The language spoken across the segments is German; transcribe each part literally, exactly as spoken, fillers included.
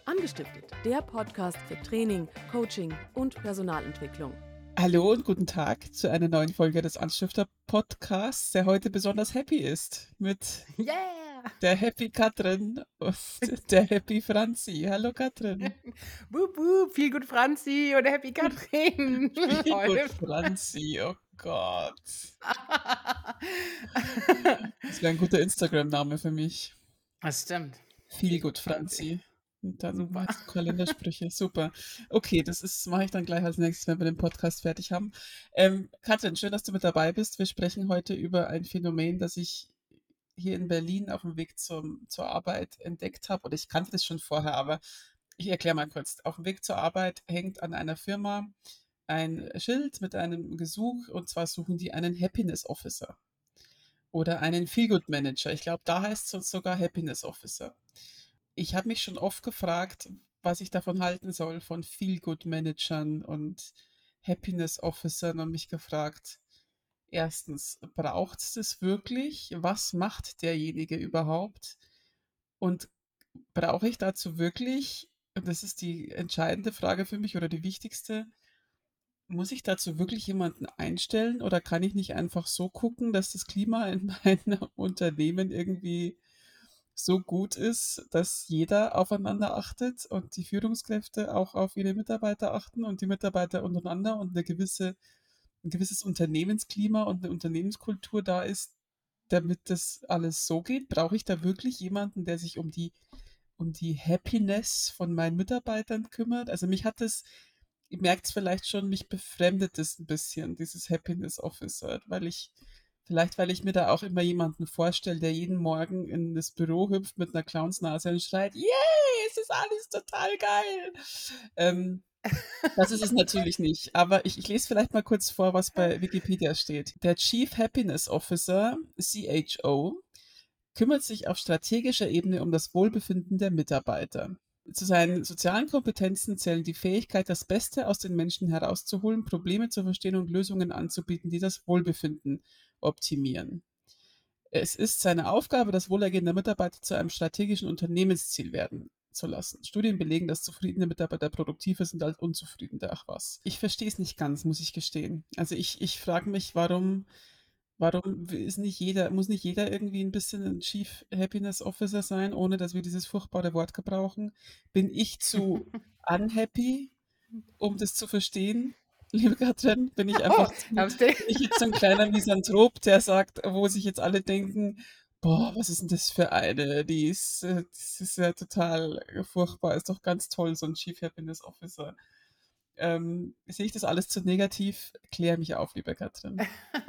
Angestiftet, der Podcast für Training, Coaching und Personalentwicklung. Hallo und guten Tag zu einer neuen Folge des Anstifter-Podcasts, der heute besonders happy ist mit Yeah! der Happy Katrin und der Happy Franzi. Hallo Katrin. Wup, wup, viel gut Franzi und Happy Katrin. Viel gut, Holf. Franzi. Oh Gott. Das wäre ein guter Instagram-Name für mich. Das stimmt. Viel Viel gut, gut Franzi. Franzi. Und dann Super. machst du Kalendersprüche. Super. Okay, das ist mache ich dann gleich als nächstes, wenn wir den Podcast fertig haben. Ähm, Katrin, schön, dass du mit dabei bist. Wir sprechen heute über ein Phänomen, das ich hier in Berlin auf dem Weg zum, zur Arbeit entdeckt habe. Oder ich kannte das schon vorher, aber ich erkläre mal kurz. Auf dem Weg zur Arbeit hängt an einer Firma ein Schild mit einem Gesuch, und zwar suchen die einen Happiness Officer oder einen Feelgood Manager. Ich glaube, da heißt es sogar Happiness Officer. Ich habe mich schon oft gefragt, was ich davon halten soll, von Feelgood Managern und Happiness Officern, und mich gefragt, erstens, braucht es das wirklich? Was macht derjenige überhaupt? Und brauche ich dazu wirklich, und das ist die entscheidende Frage für mich oder die wichtigste, muss ich dazu wirklich jemanden einstellen oder kann ich nicht einfach so gucken, dass das Klima in meinem Unternehmen irgendwie so gut ist, dass jeder aufeinander achtet und die Führungskräfte auch auf ihre Mitarbeiter achten und die Mitarbeiter untereinander und eine gewisse, ein gewisses Unternehmensklima und eine Unternehmenskultur da ist, damit das alles so geht? Brauche ich da wirklich jemanden, der sich um die, um die Happiness von meinen Mitarbeitern kümmert? Also mich hat das, ihr merkt es vielleicht schon, mich befremdet es ein bisschen, dieses Happiness Officer, weil ich, vielleicht weil ich mir da auch immer jemanden vorstelle, der jeden Morgen in das Büro hüpft mit einer Clownsnase und schreit, yay, es ist alles total geil. Ähm, das ist es natürlich nicht, aber ich, ich lese vielleicht mal kurz vor, was bei Wikipedia steht. Der Chief Happiness Officer, C H O, kümmert sich auf strategischer Ebene um das Wohlbefinden der Mitarbeiter. Zu seinen sozialen Kompetenzen zählen die Fähigkeit, das Beste aus den Menschen herauszuholen, Probleme zu verstehen und Lösungen anzubieten, die das Wohlbefinden optimieren. Es ist seine Aufgabe, das Wohlergehen der Mitarbeiter zu einem strategischen Unternehmensziel werden zu lassen. Studien belegen, dass zufriedene Mitarbeiter produktiver sind als unzufriedene. Ach was. Ich verstehe es nicht ganz, muss ich gestehen. Also ich, ich frage mich, warum, warum ist nicht jeder, muss nicht jeder irgendwie ein bisschen ein Chief Happiness Officer sein, ohne dass wir dieses furchtbare Wort gebrauchen? Bin ich zu unhappy, um das zu verstehen? Liebe Katrin, bin ich Oh, einfach zu, bin hab's dir. ich jetzt so ein kleiner Misanthrop, der sagt, wo sich jetzt alle denken, boah, was ist denn das für eine? Die ist, äh, das ist ja total furchtbar, ist doch ganz toll, so ein Chief Happiness Officer. Ähm, sehe ich das alles zu negativ? Klär mich auf, liebe Katrin.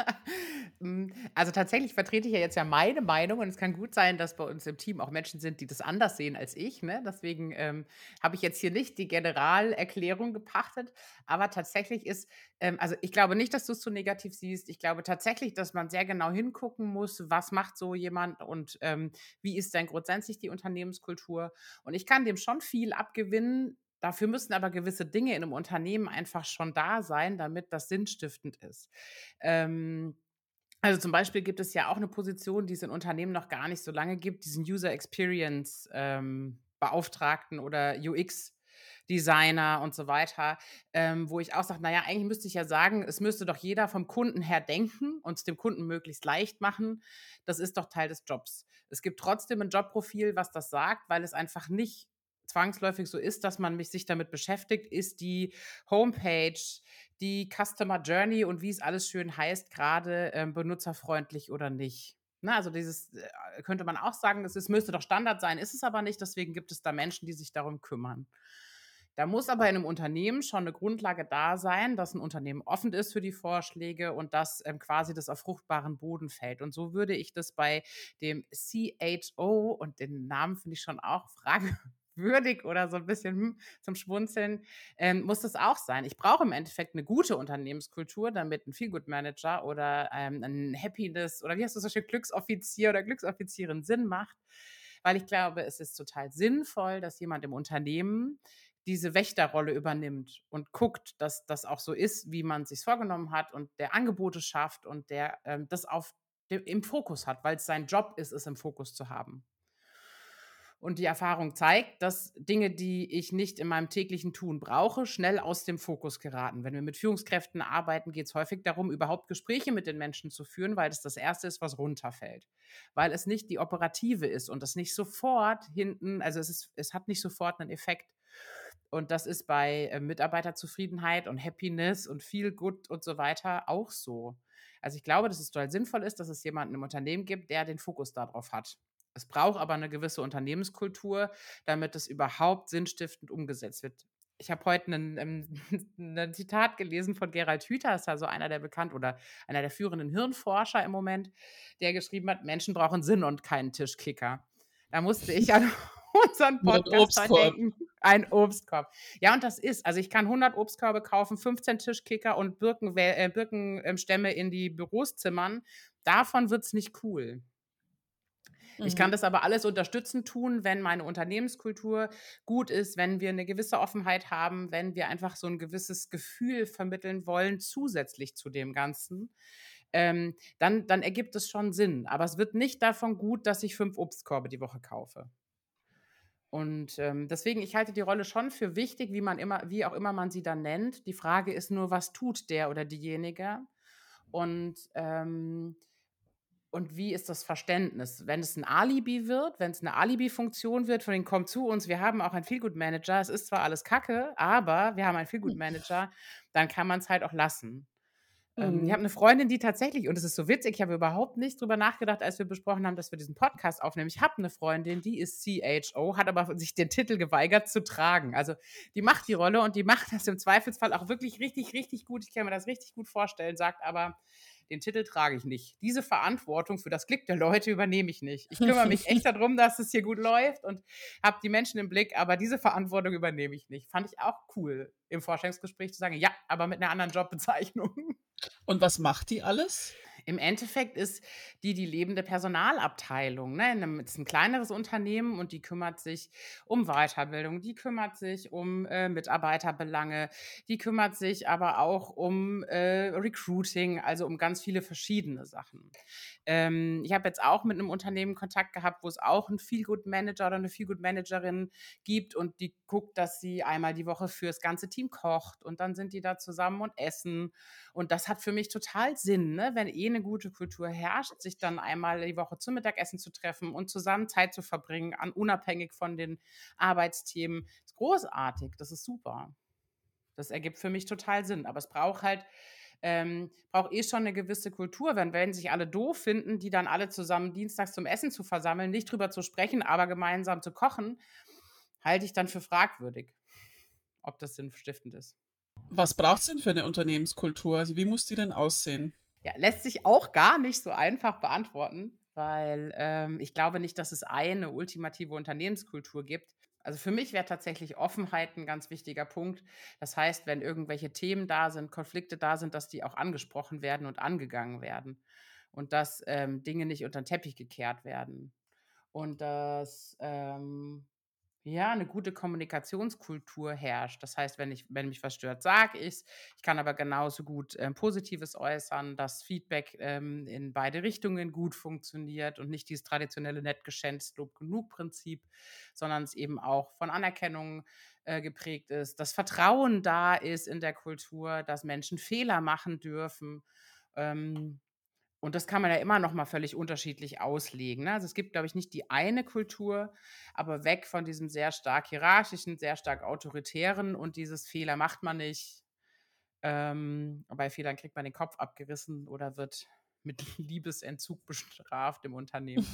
Hm, also tatsächlich vertrete ich ja jetzt ja meine Meinung und es kann gut sein, dass bei uns im Team auch Menschen sind, die das anders sehen als ich, ne? Deswegen, ähm, habe ich jetzt hier nicht die Generalerklärung gepachtet, aber tatsächlich ist ähm, also ich glaube nicht, dass du es zu negativ siehst. Ich glaube tatsächlich, dass man sehr genau hingucken muss, was macht so jemand und, ähm, wie ist denn grundsätzlich die Unternehmenskultur? Und ich kann dem schon viel abgewinnen. Dafür müssen aber gewisse Dinge in einem Unternehmen einfach schon da sein, damit das sinnstiftend ist. Ähm, also, zum Beispiel gibt es ja auch eine Position, die es in Unternehmen noch gar nicht so lange gibt, diesen User Experience, ähm, Beauftragten oder U X-Designer und so weiter, ähm, wo ich auch sage: „Na ja, eigentlich müsste ich ja sagen, es müsste doch jeder vom Kunden her denken und es dem Kunden möglichst leicht machen. Das ist doch Teil des Jobs.“ Es gibt trotzdem ein Jobprofil, was das sagt, weil es einfach nicht zwangsläufig so ist, dass man mich sich damit beschäftigt, ist die Homepage, die Customer Journey und wie es alles schön heißt, gerade ähm, benutzerfreundlich oder nicht. Ne, also dieses, äh, könnte man auch sagen, es ist müsste doch Standard sein, ist es aber nicht, deswegen gibt es da Menschen, die sich darum kümmern. Da muss aber in einem Unternehmen schon eine Grundlage da sein, dass ein Unternehmen offen ist für die Vorschläge und dass, ähm, quasi das auf fruchtbaren Boden fällt. Und so würde ich das bei dem C H O, und den Namen finde ich schon auch fragwürdig oder so ein bisschen, hm, zum Schmunzeln, ähm, muss das auch sein. Ich brauche im Endeffekt eine gute Unternehmenskultur, damit ein Feelgood-Manager oder, ähm, 'n Happiness oder wie hast du so schön, Glücksoffizier oder Glücksoffizierin Sinn macht, weil ich glaube, es ist total sinnvoll, dass jemand im Unternehmen diese Wächterrolle übernimmt und guckt, dass das auch so ist, wie man sich's vorgenommen hat und der Angebote schafft und der, ähm, das auf de im Fokus hat, weil's sein Job ist, es im Fokus zu haben. Und die Erfahrung zeigt, dass Dinge, die ich nicht in meinem täglichen Tun brauche, schnell aus dem Fokus geraten. Wenn wir mit Führungskräften arbeiten, geht es häufig darum, überhaupt Gespräche mit den Menschen zu führen, weil das das Erste ist, was runterfällt. Weil es nicht die operative ist und das nicht sofort hinten, also es, ist, es hat nicht sofort einen Effekt. Und das ist bei äh, Mitarbeiterzufriedenheit und Happiness und Feel Good und so weiter auch so. Also ich glaube, dass es total sinnvoll ist, dass es jemanden im Unternehmen gibt, der den Fokus darauf hat. Es braucht aber eine gewisse Unternehmenskultur, damit es überhaupt sinnstiftend umgesetzt wird. Ich habe heute einen, ähm, ein Zitat gelesen von Gerald Hüther, ist also einer der bekannt oder einer der führenden Hirnforscher im Moment, der geschrieben hat, Menschen brauchen Sinn und keinen Tischkicker. Da musste ich an unseren Oder ein Podcast heute Obstkorb. denken. Ein Obstkorb. Ja, und das ist, also ich kann hundert Obstkörbe kaufen, fünfzehn Tischkicker und Birken, äh, Birkenstämme in die Büros zimmern. Davon wird es nicht cool. Ich kann Mhm. das aber alles unterstützend tun, wenn meine Unternehmenskultur gut ist, wenn wir eine gewisse Offenheit haben, wenn wir einfach so ein gewisses Gefühl vermitteln wollen, zusätzlich zu dem Ganzen. Ähm, dann, dann ergibt es schon Sinn. Aber es wird nicht davon gut, dass ich fünf Obstkörbe die Woche kaufe. Und ähm, deswegen, ich halte die Rolle schon für wichtig, wie man immer, wie auch immer man sie dann nennt. Die Frage ist nur, was tut der oder diejenige? Und ähm, und wie ist das Verständnis? Wenn es ein Alibi wird, wenn es eine Alibi-Funktion wird, von denen: „Kommt zu uns, wir haben auch einen Feelgood-Manager. Es ist zwar alles Kacke, aber wir haben einen Feelgood-Manager“, dann kann man es halt auch lassen. Ähm, ich habe Mhm. eine Freundin, die tatsächlich, und es ist so witzig, ich habe überhaupt nicht drüber nachgedacht, als wir besprochen haben, dass wir diesen Podcast aufnehmen. Ich habe eine Freundin, die ist C H O, hat aber sich den Titel geweigert zu tragen. Also, die macht die Rolle und die macht das im Zweifelsfall auch wirklich richtig, richtig gut. Ich kann mir das richtig gut vorstellen, sagt aber: „Den Titel trage ich nicht. Diese Verantwortung für das Glück der Leute übernehme ich nicht. Ich kümmere mich echt darum, dass es hier gut läuft und habe die Menschen im Blick, aber diese Verantwortung übernehme ich nicht.“ Fand ich auch cool, im Vorstellungsgespräch zu sagen: „Ja, aber mit einer anderen Jobbezeichnung.“ Und was macht die alles? Im Endeffekt ist die die lebende Personalabteilung, ne? In 'nem ist 'n kleineres Unternehmen und die kümmert sich um Weiterbildung, die kümmert sich um, äh, Mitarbeiterbelange, die kümmert sich aber auch um, äh, Recruiting, also um ganz viele verschiedene Sachen. Ähm, ich habe jetzt auch mit einem Unternehmen Kontakt gehabt, wo es auch 'n Feelgood-Manager oder eine Feelgood-Managerin gibt und die guckt, dass sie einmal die Woche fürs ganze Team kocht und dann sind die da zusammen und essen. Und das hat für mich total Sinn, ne? Wenn eh eine gute Kultur herrscht, sich dann einmal die Woche zum Mittagessen zu treffen und zusammen Zeit zu verbringen, an unabhängig von den Arbeitsthemen. Ist großartig, das ist super. Das ergibt für mich total Sinn. Aber es braucht halt ähm, braucht eh schon eine gewisse Kultur. Wenn wenn sich alle doof finden, die dann alle zusammen dienstags zum Essen zu versammeln, nicht drüber zu sprechen, aber gemeinsam zu kochen, halte ich dann für fragwürdig, ob das sinnstiftend ist. Was braucht's denn für eine Unternehmenskultur? Also, wie muss die denn aussehen? Ja, lässt sich auch gar nicht so einfach beantworten, weil, ähm, ich glaube nicht, dass es eine ultimative Unternehmenskultur gibt. Also, für mich wäre tatsächlich Offenheit ein ganz wichtiger Punkt. Das heißt, wenn irgendwelche Themen da sind, Konflikte da sind, dass die auch angesprochen werden und angegangen werden und dass, ähm, Dinge nicht unter den Teppich gekehrt werden und dass, ähm ja, eine gute Kommunikationskultur herrscht. Das heißt, wenn ich wenn mich was stört, sage ich's. Ich kann aber genauso gut, ähm, Positives äußern, dass Feedback, ähm, in beide Richtungen gut funktioniert und nicht dieses traditionelle „nett geschätzt, Lob genug“-Prinzip, sondern es eben auch von Anerkennung, äh, geprägt ist, dass Vertrauen da ist in der Kultur, dass Menschen Fehler machen dürfen. Ähm und das kann man ja immer noch mal völlig unterschiedlich auslegen, ne? Also, es gibt, glaube ich, nicht die eine Kultur, aber weg von diesem sehr stark hierarchischen, sehr stark autoritären und dieses Fehler macht man nicht. Ähm, bei Fehlern kriegt man den Kopf abgerissen oder wird mit Liebesentzug bestraft im Unternehmen.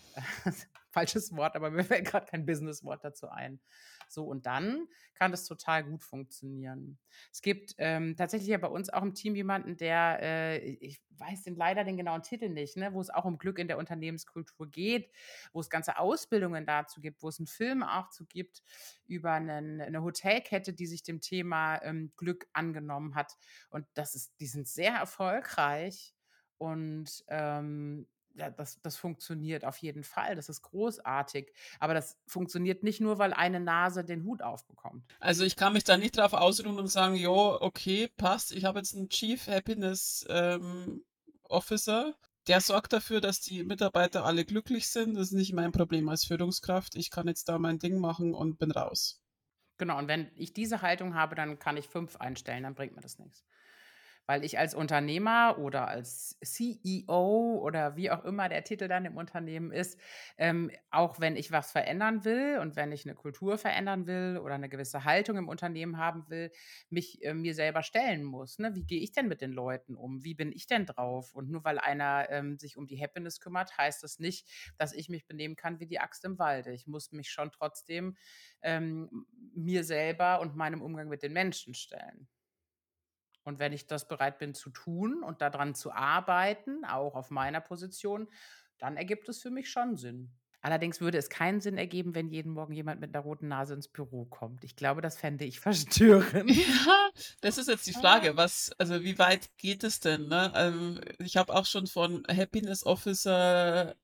Falsches Wort, aber mir fällt gerade kein Businesswort dazu ein. So, und dann kann das total gut funktionieren. Es gibt, ähm, tatsächlich ja bei uns auch im Team jemanden, der, äh ich weiß den leider den genauen Titel nicht, ne, wo es auch um Glück in der Unternehmenskultur geht, wo es ganze Ausbildungen dazu gibt, wo es einen Film auch zu gibt über 'nen 'ne Hotelkette, die sich dem Thema, ähm, Glück angenommen hat. Und das ist die sind sehr erfolgreich und, ähm, ja, das das funktioniert auf jeden Fall. Das ist großartig. Aber das funktioniert nicht nur, weil eine Nase den Hut aufbekommt. Also, ich kann mich da nicht drauf ausruhen und sagen: „Jo, okay, passt. Ich habe jetzt einen Chief Happiness, ähm, Officer der sorgt dafür, dass die Mitarbeiter alle glücklich sind. Das ist nicht mein Problem als Führungskraft. Ich kann jetzt da mein Ding machen und bin raus. Genau, und wenn ich diese Haltung habe, dann kann ich fünf einstellen, dann bringt mir das nichts. Weil ich als Unternehmer oder als C E O oder wie auch immer der Titel dann im Unternehmen ist, ähm, auch wenn ich was verändern will und wenn ich eine Kultur verändern will oder eine gewisse Haltung im Unternehmen haben will, mich, äh, mir selber stellen muss, ne? Wie gehe ich denn mit den Leuten um? Wie bin ich denn drauf? Und nur weil einer, ähm, sich um die Happiness kümmert, heißt das nicht, dass ich mich benehmen kann wie die Axt im Walde. Ich muss mich schon trotzdem, ähm, mir selber und meinem Umgang mit den Menschen stellen. Und wenn ich das bereit bin zu tun und daran zu arbeiten, auch auf meiner Position, dann ergibt es für mich schon Sinn. Allerdings würde es keinen Sinn ergeben, wenn jeden Morgen jemand mit einer roten Nase ins Büro kommt. Ich glaube, das fände ich verstörend. Ja, das ist jetzt die Ah. Frage, was, also wie weit geht es denn, ne? Ähm, ich habe auch schon von Happiness Officer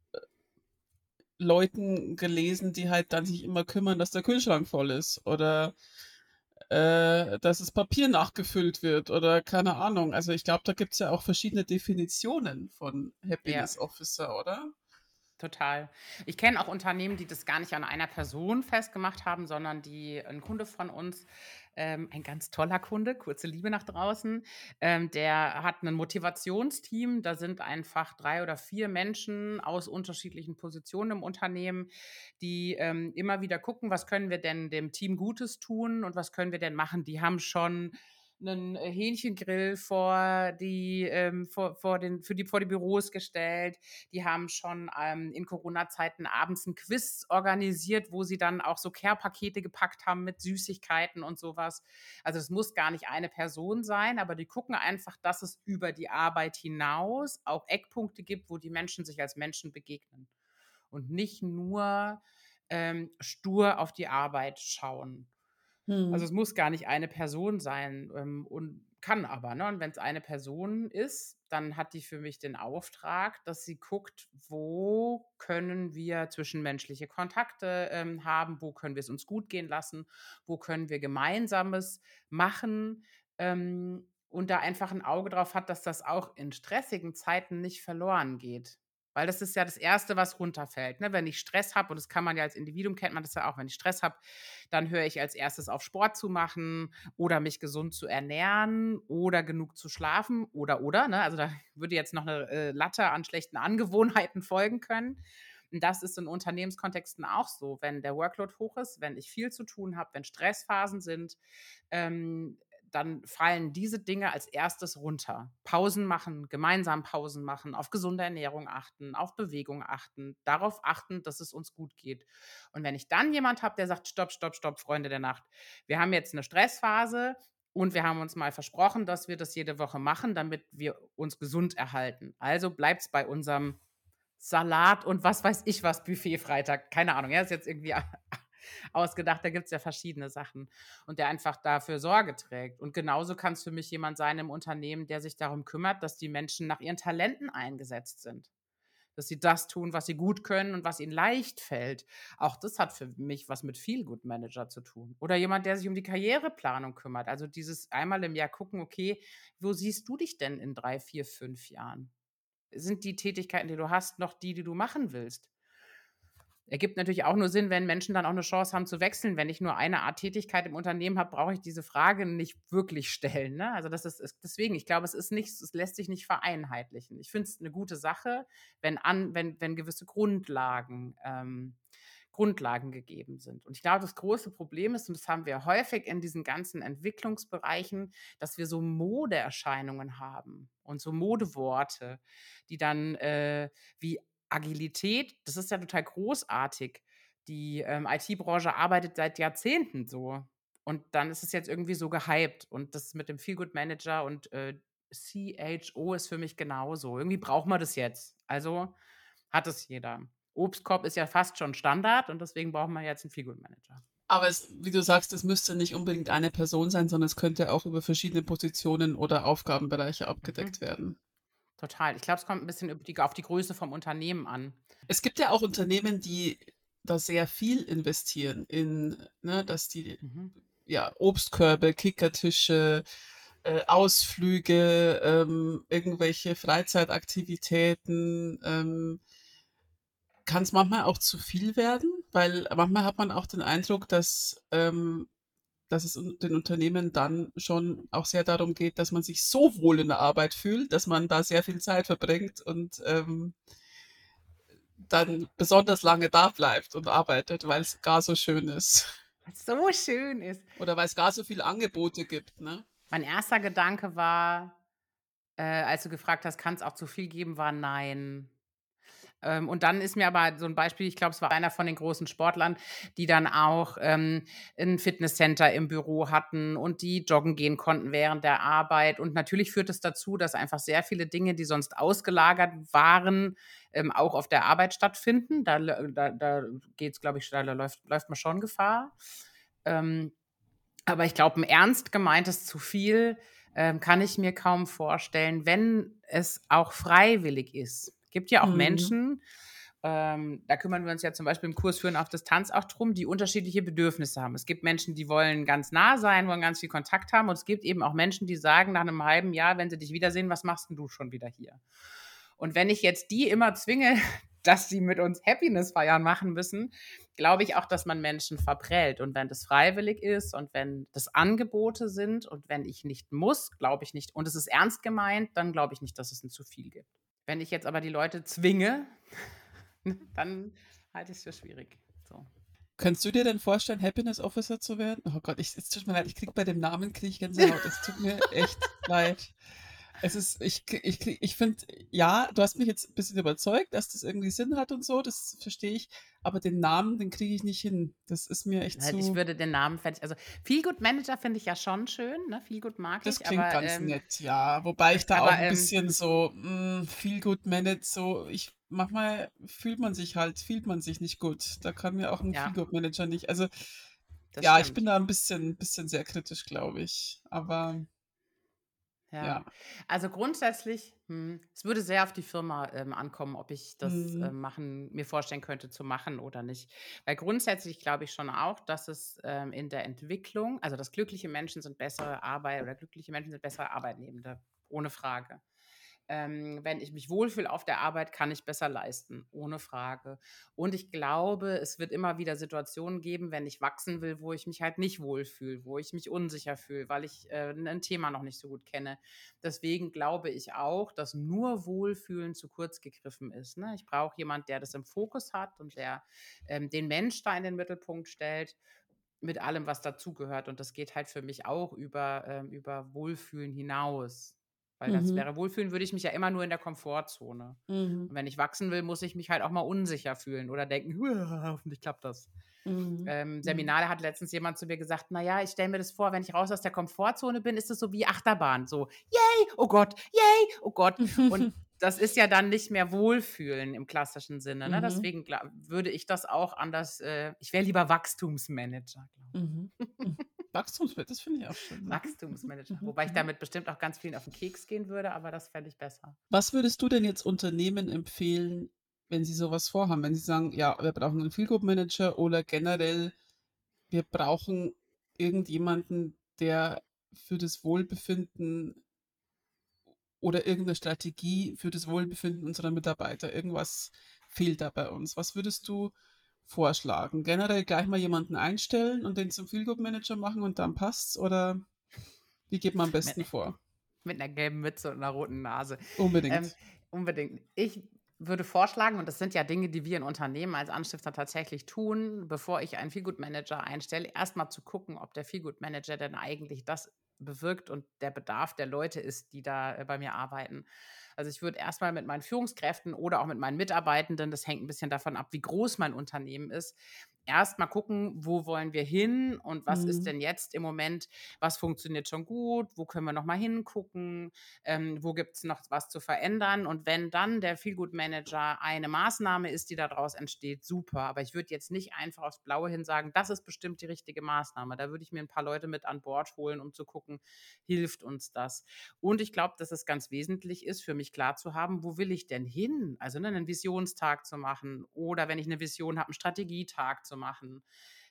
Leuten gelesen, die halt dann sich immer kümmern, dass der Kühlschrank voll ist oder äh, dass das Papier nachgefüllt wird oder keine Ahnung. Also ich glaube, da gibt es ja auch verschiedene Definitionen von Ja. Happiness Officer, oder? Total. Ich kenne auch Unternehmen, die das gar nicht an einer Person festgemacht haben, sondern die ein Kunde von uns, ähm, ein ganz toller Kunde, kurze Liebe nach draußen, ähm, der hat ein Motivationsteam. Da sind einfach drei oder vier Menschen aus unterschiedlichen Positionen im Unternehmen, die, ähm, immer wieder gucken, was können wir denn dem Team Gutes tun und was können wir denn machen. Die haben schon 'nen äh, Hähnchengrill vor die, ähm, vor vor den für die vor die Büros gestellt. Die haben schon, ähm, in Corona-Zeiten abends 'n Quiz organisiert, wo sie dann auch so Care-Pakete gepackt haben mit Süßigkeiten und so was. Also, es muss gar nicht eine Person sein, aber die gucken einfach, dass es über die Arbeit hinaus auch Eckpunkte gibt, wo die Menschen sich als Menschen begegnen und nicht nur, ähm, stur auf die Arbeit schauen. Also, Mhm. es muss gar nicht eine Person sein, ähm, und kann aber, ne? Und wenn's eine Person ist, dann hat die für mich den Auftrag, dass sie guckt, wo können wir zwischenmenschliche Kontakte, ähm, haben, wo können wir's uns gut gehen lassen, wo können wir Gemeinsames machen, ähm, und da einfach 'n Auge drauf hat, dass das auch in stressigen Zeiten nicht verloren geht. Weil das ist ja das Erste, was runterfällt, ne? Wenn ich Stress habe, und das kann man ja als Individuum kennt man das ja auch, wenn ich Stress habe, dann höre ich als Erstes auf, Sport zu machen oder mich gesund zu ernähren oder genug zu schlafen oder, oder, ne? Also, da würde jetzt noch 'ne, äh, Latte an schlechten Angewohnheiten folgen können. Und das ist in Unternehmenskontexten auch so. Wenn der Workload hoch ist, wenn ich viel zu tun habe, wenn Stressphasen sind, ähm, dann fallen diese Dinge als Erstes runter. Pausen machen, gemeinsam Pausen machen, auf gesunde Ernährung achten, auf Bewegung achten, darauf achten, dass es uns gut geht. Und wenn ich dann jemand habe, der sagt: „Stopp, stopp, stopp, Freunde der Nacht. Wir haben jetzt eine Stressphase und wir haben uns mal versprochen, dass wir das jede Woche machen, damit wir uns gesund erhalten. Also bleibt's bei unserem Salat und was weiß ich was Buffet Freitag.“ Keine Ahnung, ja, ist jetzt irgendwie ausgedacht, da gibt's ja verschiedene Sachen und der einfach dafür Sorge trägt. Und genauso kann es für mich jemand sein im Unternehmen, der sich darum kümmert, dass die Menschen nach ihren Talenten eingesetzt sind. Dass sie das tun, was sie gut können und was ihnen leicht fällt. Auch das hat für mich was mit Feel-Good-Manager zu tun. Oder jemand, der sich um die Karriereplanung kümmert. Also dieses einmal im Jahr gucken, okay, wo siehst du dich denn in drei, vier, fünf Jahren? Sind die Tätigkeiten, die du hast, noch die, die du machen willst? Ergibt natürlich auch nur Sinn, wenn Menschen dann auch 'ne Chance haben zu wechseln. Wenn ich nur eine Art Tätigkeit im Unternehmen habe, brauche ich diese Frage nicht wirklich stellen, ne? Also, das ist ist deswegen, ich glaube, es ist nicht es lässt sich nicht vereinheitlichen. Ich finde es 'ne gute Sache, wenn an wenn wenn gewisse Grundlagen ähm, Grundlagen gegeben sind. Und ich glaube, das große Problem ist, und das haben wir häufig in diesen ganzen Entwicklungsbereichen, dass wir so Modeerscheinungen haben und so Modeworte, die dann, äh, wie Agilität, das ist ja total großartig. Die, ähm, I T-Branche arbeitet seit Jahrzehnten so. Und dann ist es jetzt irgendwie so gehypt. Und das mit dem Feel-Good-Manager und, äh, C H O ist für mich genauso. Irgendwie braucht man das jetzt. Also hat es jeder. Obstkorb ist ja fast schon Standard und deswegen brauchen wir jetzt 'n Feel-Good-Manager. Aber es, wie du sagst, es müsste nicht unbedingt eine Person sein, sondern es könnte auch über verschiedene Positionen oder Aufgabenbereiche Mhm. abgedeckt werden. Total. Ich glaube, es kommt 'n bisschen über die auf die Größe vom Unternehmen an. Es gibt ja auch Unternehmen, die da sehr viel investieren in, ne, dass die, Mhm. ja, Obstkörbe, Kickertische, äh, Ausflüge, ähm, irgendwelche Freizeitaktivitäten, ähm, kann es manchmal auch zu viel werden? Weil manchmal hat man auch den Eindruck, dass, ähm, dass es un den Unternehmen dann schon auch sehr darum geht, dass man sich so wohl in der Arbeit fühlt, dass man da sehr viel Zeit verbringt und, ähm, dann besonders lange da bleibt und arbeitet, weil es gar so schön ist. Was so schön ist. Oder weil es gar so viele Angebote gibt, ne? Mein erster Gedanke war, äh, als du gefragt hast: „Kann's auch zu viel geben?", war nein. Ähm, und dann ist mir aber so 'n Beispiel, ich glaube, es war einer von den großen Sportlern, die dann auch, ähm, 'n Fitnesscenter im Büro hatten und die joggen gehen konnten während der Arbeit. Und natürlich führt es dazu, dass einfach sehr viele Dinge, die sonst ausgelagert waren, ähm, auch auf der Arbeit stattfinden. Da l da da geht's, glaube ich, da läuft läuft man schon Gefahr. Ähm, aber ich glaube, 'n ernst gemeintes zu viel, ähm, kann ich mir kaum vorstellen, wenn es auch freiwillig ist. Gibt ja auch Mhm. Menschen, ähm, da kümmern wir uns ja zum Beispiel im Kurs Führen auf Distanz auch drum, die unterschiedliche Bedürfnisse haben. Es gibt Menschen, die wollen ganz nah sein, wollen ganz viel Kontakt haben und es gibt eben auch Menschen, die sagen nach 'nem halben Jahr, wenn sie dich wiedersehen: „Was machst 'n du schon wieder hier?" Und wenn ich jetzt die immer zwinge, dass sie mit uns Happiness-Feiern machen müssen, glaube ich auch, dass man Menschen verprellt. Und wenn das freiwillig ist und wenn das Angebote sind und wenn ich nicht muss, glaube ich nicht und es ist ernst gemeint, dann glaube ich nicht, dass es 'n zu viel gibt. Wenn ich jetzt aber die Leute zwinge, dann halte ich's für schwierig, so. Könntest du dir denn vorstellen, Happiness Officer zu werden? Oh Gott, ich es tut mir leid, ich kriege bei dem Namen kriege ich Gänsehaut. Es tut mir echt leid. Es ist ich k ich kriege ich finde, ja, du hast mich jetzt 'n bisschen überzeugt, dass das irgendwie Sinn hat und so, das verstehe ich, aber den Namen, den kriege ich nicht hin. Das ist mir echt Halt, ich zu würde den Namen fände ich also, Feelgood Manager finde ich ja schon schön, ne? Feelgood mag Das ich, klingt aber, ganz ähm nett, ja. Wobei ich da auch aber, 'n ähm bisschen so, hm, Feelgood Manage so ich manchmal fühlt man sich halt fühlt man sich nicht gut. Da kann mir auch 'n Ja. Feelgood Manager nicht also, Das ja, ich bin stimmt. da 'n bisschen bisschen sehr kritisch, glaube ich, aber ja. Ja, also grundsätzlich, hm, es würde sehr auf die Firma, ähm, ankommen, ob ich das, Mhm. ähm, machen mir vorstellen könnte zu machen oder nicht. Weil grundsätzlich glaube ich schon auch, dass es, ähm, in der Entwicklung also, dass glückliche Menschen sind bessere Arbeit oder glückliche Menschen sind bessere Arbeitnehmende, ohne Frage. Ähm, wenn ich mich wohlfühle auf der Arbeit, kann ich besser leisten, ohne Frage. Und ich glaube, es wird immer wieder Situationen geben, wenn ich wachsen will, wo ich mich halt nicht wohlfühle, wo ich mich unsicher fühle, weil ich, äh, 'nen Thema noch nicht so gut kenne. Deswegen glaube ich auch, dass nur Wohlfühlen zu kurz gegriffen ist, ne? Ich brauche jemand, der das im Fokus hat und der, ähm, den Mensch da in den Mittelpunkt stellt mit allem, was dazugehört. Und das geht halt für mich auch über ähm, über Wohlfühlen hinaus. Weil das Mhm. wäre Wohlfühlen würde ich mich ja immer nur in der Komfortzone. Mhm. Und wenn ich wachsen will, muss ich mich halt auch mal unsicher fühlen oder denken: „Hoffentlich klappt das." Mhm. Ähm, Mhm. Seminar, da hat letztens jemand zu mir gesagt: „Na ja, ich stelle mir das vor, wenn ich raus aus der Komfortzone bin, ist das so wie Achterbahn, so: ‚Yay, oh Gott, yay, oh Gott.'" Und das ist ja dann nicht mehr Wohlfühlen im klassischen Sinne, ne? Mhm. Deswegen gla würde ich das auch anders äh, ich wäre lieber Wachstumsmanager, glaube ich. Mhm. Hm. Wachstumsma das finde ich auch schön. Mhm. Mhm. Wachstumsmanager, Mhm. wobei ich Mhm. damit bestimmt auch ganz vielen auf 'n Keks gehen würde, aber das fände ich besser. Was würdest du denn jetzt Unternehmen empfehlen, wenn sie so was vorhaben? Wenn sie sagen: „Ja, wir brauchen 'n Feelgood Manager“ oder generell: „Wir brauchen irgendjemanden, der für das Wohlbefinden oder irgend 'ne Strategie für das Wohlbefinden unserer Mitarbeiter. Irgendwas fehlt da bei uns.“ Was würdest du vorschlagen? Generell gleich mal jemanden einstellen und den zum Feelgood Manager machen und dann passt's oder wie geht man am Mit besten vor? mit 'ner gelben Mütze und 'ner roten Nase. Ähm, Unbedingt. unbedingt. Ich würde vorschlagen, und das sind ja Dinge, die wir in Unternehmen als Anstifter tatsächlich tun, bevor ich einen Feelgood Manager einstelle, erst mal zu gucken, ob der Feelgood Manager denn eigentlich das bewirkt und der Bedarf der Leute ist, die da, äh, bei mir arbeiten. Also, ich würde erst mal mit meinen Führungskräften oder auch mit meinen Mitarbeitenden, das hängt 'n bisschen davon ab, wie groß mein Unternehmen ist, erst mal gucken, wo wollen wir hin und was ist Mhm. denn jetzt im Moment was funktioniert schon gut, wo können wir noch mal hingucken, ähm, wo gibt's noch was zu verändern? Und wenn dann der Feelgood Manager eine Maßnahme ist, die da draus entsteht, super. Aber ich würde jetzt nicht einfach aufs Blaue hin sagen: „Das ist bestimmt die richtige Maßnahme." Da würde ich mir 'n paar Leute mit an Bord holen, um zu gucken, hilft uns das? Und ich glaube, dass es ganz wesentlich ist, für mich klar zu haben, wo will ich denn hin? Also, ne, 'nen Visionstag zu machen oder wenn ich 'ne Vision habe, 'n Strategietag zu machen.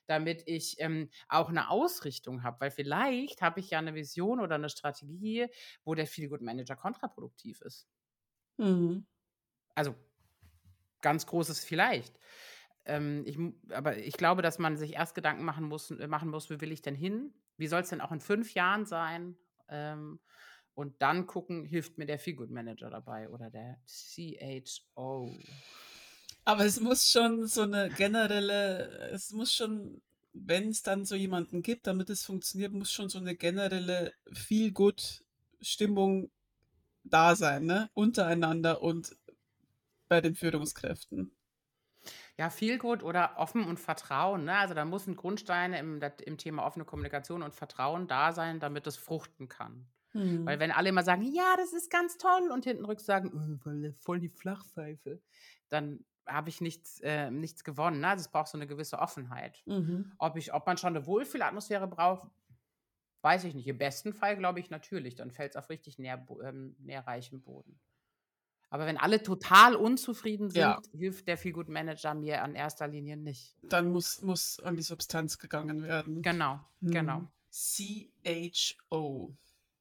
damit ich ähm, auch eine Ausrichtung habe. Weil vielleicht habe ich ja eine Vision oder eine Strategie, wo der Feel-Good-Manager kontraproduktiv ist. Mhm. Also ganz großes Vielleicht. Ähm, ich, mu- aber ich glaube, dass man sich erst Gedanken machen muss, äh, machen muss, wie will ich denn hin? Wie soll es denn auch in fünf Jahren sein? Ähm, und dann gucken, hilft mir der Feel-Good-Manager dabei oder der C H O. Aber es muss schon so eine generelle, es muss schon, wenn es dann so jemanden gibt, damit es funktioniert, muss schon so eine generelle Feel-Good-Stimmung da sein, ne? Untereinander und bei den Führungskräften. Ja, Feelgood oder offen und Vertrauen, ne? Also, da müssen Grundsteine im dat im Thema offene Kommunikation und Vertrauen da sein, damit es fruchten kann. Weil Mhm. wenn alle immer sagen: „Ja, das ist ganz toll“ und hintenrücks sagen: „Äh, voll voll die Flachpfeife“, dann habe ich nichts äh, nichts gewonnen, ne? Also, es braucht so eine gewisse Offenheit. Mhm. Ob ich ob man schon eine Wohlfühlatmosphäre braucht, weiß ich nicht. Im besten Fall glaube ich natürlich, dann fällt es auf richtig nähr ähm, nährreichem Boden. Aber wenn alle total unzufrieden Ja, sind, hilft der Feelgood-Manager mir an erster Linie nicht. dann muss, muss an die Substanz gegangen werden. Genau, genau. Hm. C H O.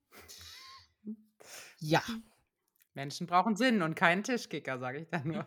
Ja. Menschen brauchen Sinn und keinen Tischkicker, sage ich da nur.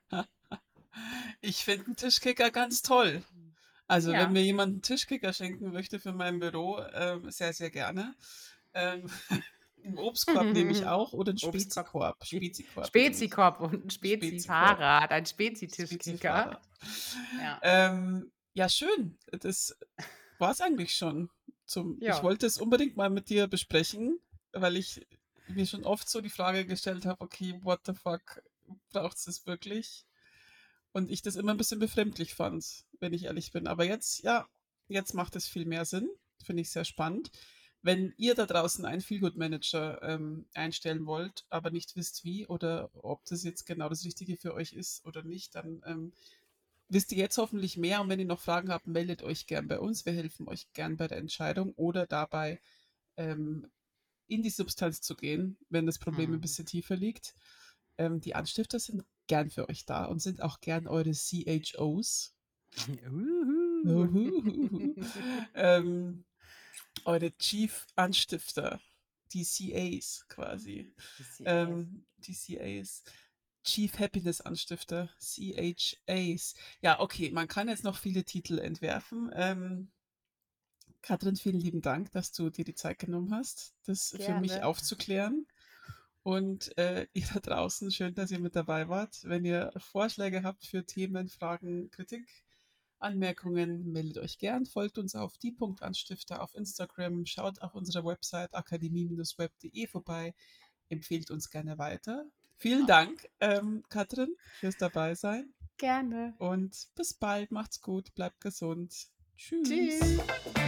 Ich finde einen Tischkicker ganz toll. Also, wenn Ja. mir jemand einen Tischkicker schenken möchte für mein Büro, ähm, sehr, sehr gerne. Ähm, 'n Obstkorb nehme ich auch oder 'n Obstkorb. Spezikorb. Spezikorb nehme ich. Spezikorb und ein Spezikorb, Spezi-Fahrrad, ein Spezi-Tischkicker. Spezi-Fahrrad. Ja. Ähm, ja, schön. Das war's eigentlich schon zum ich Ja. wollte es unbedingt mal mit dir besprechen, weil ich mir schon oft so die Frage gestellt habe: „Okay, what the fuck, braucht's das wirklich?“ Und ich das immer ein bisschen befremdlich fand, wenn ich ehrlich bin. Aber jetzt, ja, jetzt macht es viel mehr Sinn. Finde ich sehr spannend. Wenn ihr da draußen einen Feelgood-Manager ähm, einstellen wollt, aber nicht wisst wie oder ob das jetzt genau das Richtige für euch ist oder nicht, dann ähm, wisst ihr jetzt hoffentlich mehr. Und wenn ihr noch Fragen habt, meldet euch gern bei uns. Wir helfen euch gern bei der Entscheidung oder dabei, ähm, in die Substanz zu gehen, wenn das Problem ein Mhm. bisschen tiefer liegt. Ähm, die Anstifter sind gern für euch da und sind auch gern eure C H Os. Uhu. Uhuhuhu. ähm, eure Chief Anstifter, die C As quasi. Die C As. Ähm, die C As. Chief Happiness Anstifter, C H As. Ja, okay, man kann jetzt noch viele Titel entwerfen. Ähm, Katrin, vielen lieben Dank, dass du dir die Zeit genommen hast, das für mich Gerne. aufzuklären. Und äh, ihr da draußen, schön, dass ihr mit dabei wart. Wenn ihr Vorschläge habt für Themen, Fragen, Kritik, Anmerkungen, meldet euch gern. Folgt uns auf die.anstifter auf Instagram. Schaut auf unserer Website akademie Bindestrich web Punkt de vorbei. Empfehlt uns gerne weiter. Vielen Dank, ähm, Katrin, fürs Dabeisein. Gerne. Und bis bald. Macht's gut. Bleibt gesund. Tschüss. Tschüss.